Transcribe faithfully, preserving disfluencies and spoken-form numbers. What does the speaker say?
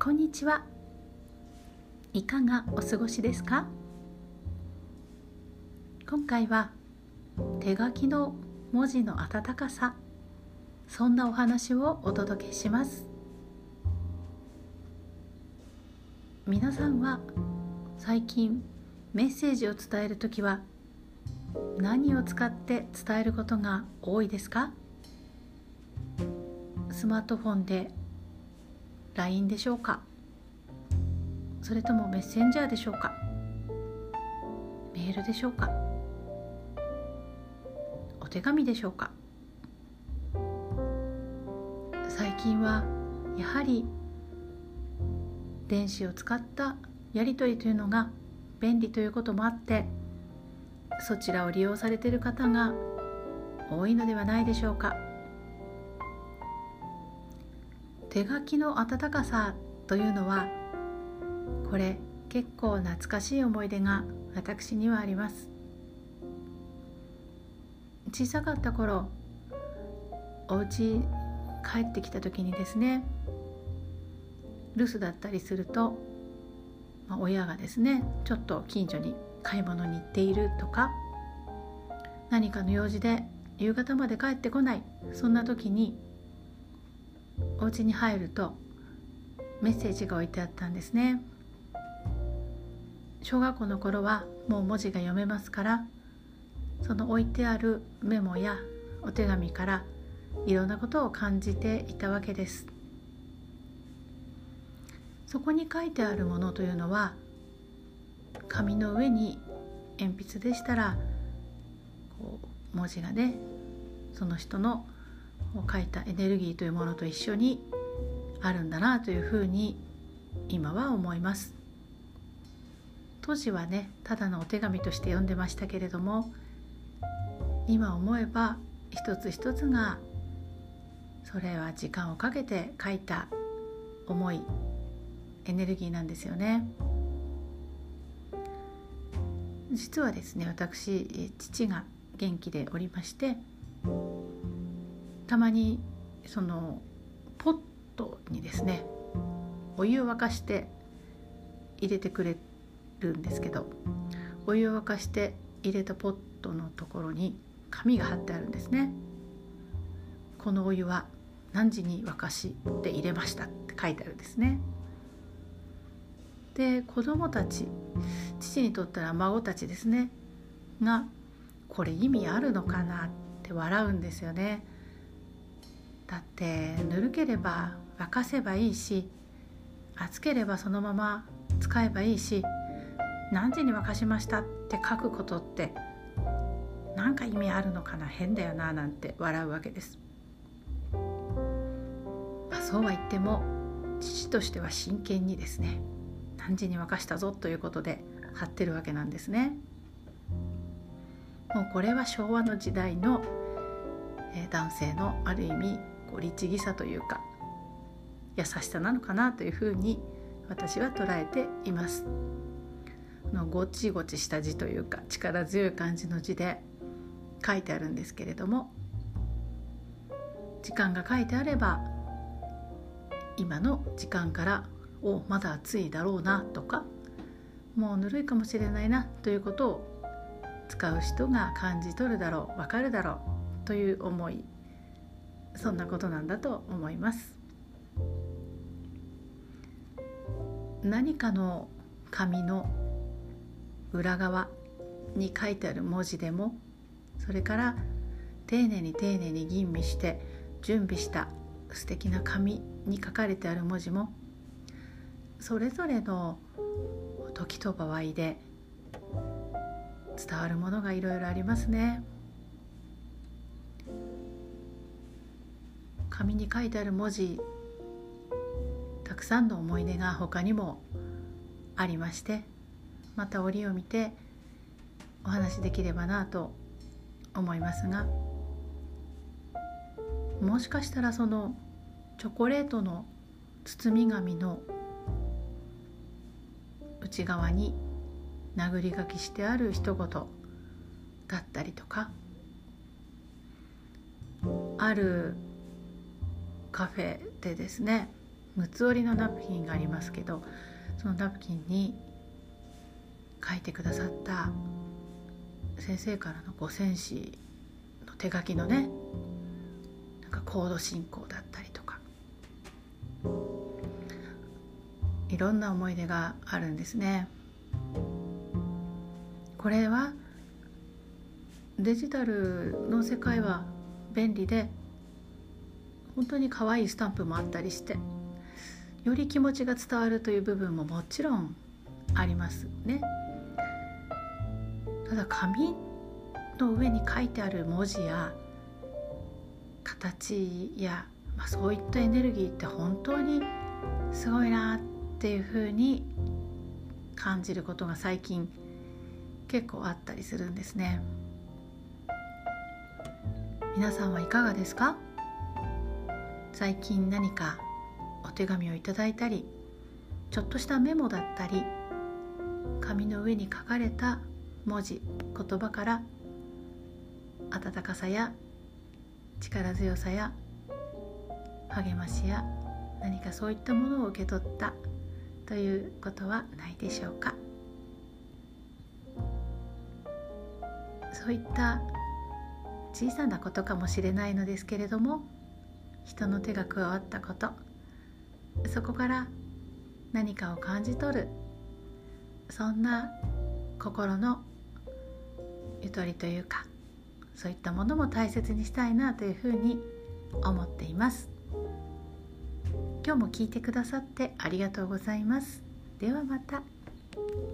こんにちは。いかがお過ごしですか？今回は手書きの文字の温かさ、そんなお話をお届けします。皆さんは最近メッセージを伝えるときは何を使って伝えることが多いですか？スマートフォンで ライン でしょうか？それともメッセンジャーでしょうか？メールでしょうか？お手紙でしょうか？最近はやはり電子を使ったやり取りというのが便利ということもあって、そちらを利用されている方が多いのではないでしょうか。手書きの温かさというのは、これ結構懐かしい思い出が私にはあります。小さかった頃、お家帰ってきた時にですね、留守だったりすると、まあ、親がですねちょっと近所に買い物に行っているとか、何かの用事で夕方まで帰ってこない、そんな時にお家に入るとメッセージが置いてあったんですね。小学校の頃はもう文字が読めますから、その置いてあるメモやお手紙からいろんなことを感じていたわけです。そこに書いてあるものというのは、紙の上に鉛筆でしたらこう文字がね、その人の書いたエネルギーというものと一緒にあるんだなというふうに今は思います。当時はね、ただのお手紙として読んでましたけれども、今思えば一つ一つが、それは時間をかけて書いた思い、エネルギーなんですよね。実はですね、私父が元気でおりまして、たまにそのポットにですねお湯を沸かして入れてくれるんですけど、お湯を沸かして入れたポットのところに紙が貼ってあるんですね。このお湯は何時に沸かして入れましたって書いてあるんですね。で、子供たち、父にとったら孫たちですねが、これ意味あるのかなって笑うんですよね。だってぬるければ沸かせばいいし、熱ければそのまま使えばいいし、何時に沸かしましたって書くことってなんか意味あるのかな、変だよななんて笑うわけです。まあ、そうは言っても父としては真剣にですね、何時に沸かしたぞということで貼ってるわけなんですね。もうこれは昭和の時代の、えー、男性のある意味こう律儀さというか優しさなのかなというふうに私は捉えています。のごちごちした字というか力強い感じの字で書いてあるんですけれども、時間が書いてあれば今の時間からおまだ暑いだろうなとか、もうぬるいかもしれないなということを使う人が感じ取るだろう、わかるだろうという思い、そんなことなんだと思います。何かの紙の裏側に書いてある文字でも、それから丁寧に丁寧に吟味して準備した素敵な紙に書かれてある文字も、それぞれの時と場合で伝わるものがいろいろありますね。紙に書いてある文字、たくさんの思い出が他にもありまして、また折を見てお話しできればなと思いますが、もしかしたらそのチョコレートの包み紙の内側に殴り書きしてある一言だったりとか、あるカフェでですね、 六つ折りのナプキンがありますけど、そのナプキンに書いてくださった先生からのご戦士の手書きのね、なんかコード進行だったりとか、いろんな思い出があるんですね。これはデジタルの世界は便利で、本当に可愛いスタンプもあったりして、より気持ちが伝わるという部分ももちろんありますね。ただ紙の上に書いてある文字や形や、まあ、そういったエネルギーって本当にすごいなっていうふうに感じることが最近結構あったりするんですね。皆さんはいかがですか？最近何かお手紙をいただいたり、ちょっとしたメモだったり、紙の上に書かれた文字、言葉から温かさや力強さや励ましや何かそういったものを受け取ったということはないでしょうか？そういった小さなことかもしれないのですけれども、人の手が加わったこと、そこから何かを感じ取る、そんな心のゆとりというか、そういったものも大切にしたいなというふうに思っています。今日も聞いてくださってありがとうございます。ではまた。